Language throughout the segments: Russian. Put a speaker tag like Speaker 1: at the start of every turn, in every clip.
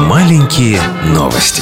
Speaker 1: Маленькие новости.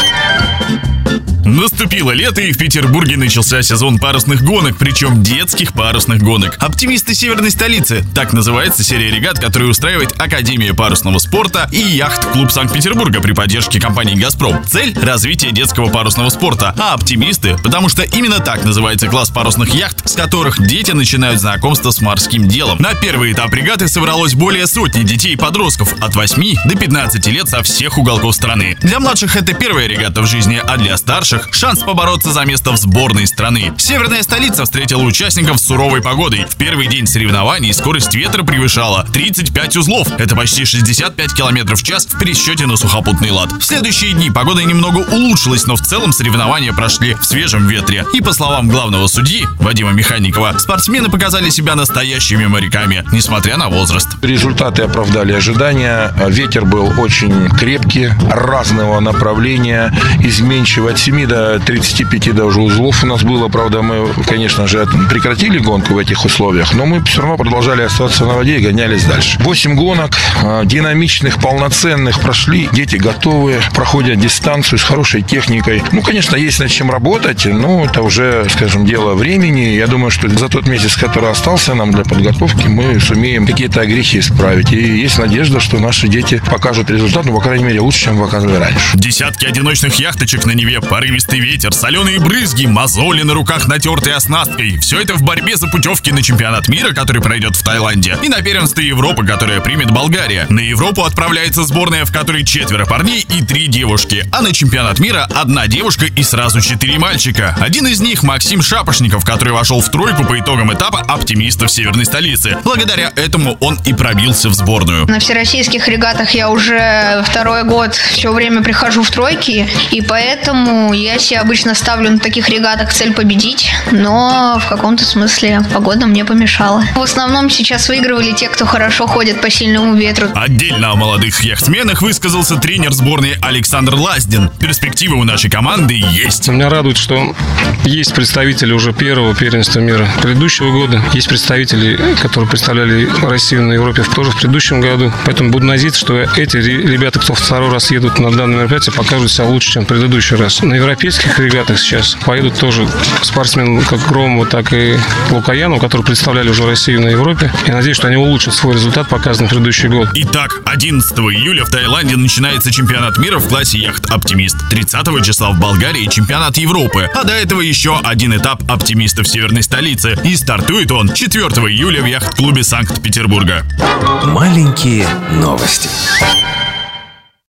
Speaker 2: Наступило лето, и в Петербурге начался сезон парусных гонок, причем детских парусных гонок. «Оптимисты северной столицы» — так называется серия регат, которую устраивает Академия парусного спорта и яхт-клуб Санкт-Петербурга при поддержке компании «Газпром». Цель — развитие детского парусного спорта, а «оптимисты» — потому что именно так называется класс парусных яхт, с которых дети начинают знакомство с морским делом. На первый этап регаты собралось более сотни детей и подростков от 8 до 15 лет со всех уголков страны. Для младших это первая регата в жизни, а для старших — шанс побороться за место в сборной страны. Северная столица встретила участников с суровой погодой. В первый день соревнований скорость ветра превышала 35 узлов. Это почти 65 км в час в пересчете на сухопутный лад. В следующие дни погода немного улучшилась, но в целом соревнования прошли в свежем ветре. И по словам главного судьи Вадима Механикова, спортсмены показали себя настоящими моряками, несмотря на возраст.
Speaker 3: Результаты оправдали ожидания. Ветер был очень крепкий, разного направления, изменчивый от 7 до 35 даже узлов у нас было. Правда, мы, конечно же, прекратили гонку в этих условиях, но мы все равно продолжали оставаться на воде и гонялись дальше. 8 гонок, динамичных, полноценных прошли. Дети готовы, проходят дистанцию с хорошей техникой. Ну, конечно, есть над чем работать, но это уже, скажем, дело времени. Я думаю, что за тот месяц, который остался нам для подготовки, мы сумеем какие-то огрехи исправить. И есть надежда, что наши дети покажут результат, ну, по крайней мере, лучше, чем показывали раньше.
Speaker 2: Десятки одиночных яхточек на Неве, порывистый ветер, соленые брызги, мозоли на руках, натертые оснасткой. Все это в борьбе за путевки на чемпионат мира, который пройдет в Таиланде, и на первенство Европы, которое примет Болгария. На Европу отправляется сборная, в которой 4 парней и 3 девушки, а на чемпионат мира 1 девушка и сразу 4 мальчика. Один из них — Максим Шапошников, который вошел в тройку по итогам этапа оптимистов северной столицы. Благодаря этому он и пробился в сборную.
Speaker 4: На всероссийских регатах я уже 2-й год все время прихожу в тройки, и поэтому я себе обычно ставлю на таких регатах цель победить, но в каком-то смысле погода мне помешала. В основном сейчас выигрывали те, кто хорошо ходит по сильному ветру.
Speaker 2: Отдельно о молодых яхтсменах высказался тренер сборной Александр Лаздин. Перспективы у нашей команды есть.
Speaker 5: Меня радует, что есть представители уже первого первенства мира предыдущего года. Есть представители, которые представляли Россию на Европе тоже в предыдущем году. Поэтому буду надеяться, что эти ребята, кто второй раз едут на данное мероприятие, покажут себя лучше, чем в предыдущий раз. На европейских регатах сейчас поедут тоже спортсмены, как Громова, так и Лукаянов, которые представляли уже Россию на Европе. Я надеюсь, что они улучшат свой результат, показанный в предыдущий год.
Speaker 2: Итак, 11 июля в Таиланде начинается чемпионат мира в классе яхт «Оптимист». 30 числа в Болгарии чемпионат Европы. А до этого еще один этап оптимистов северной столицы. И стартует он 4 июля в яхт-клубе Санкт-Петербурга.
Speaker 1: Маленькие новости.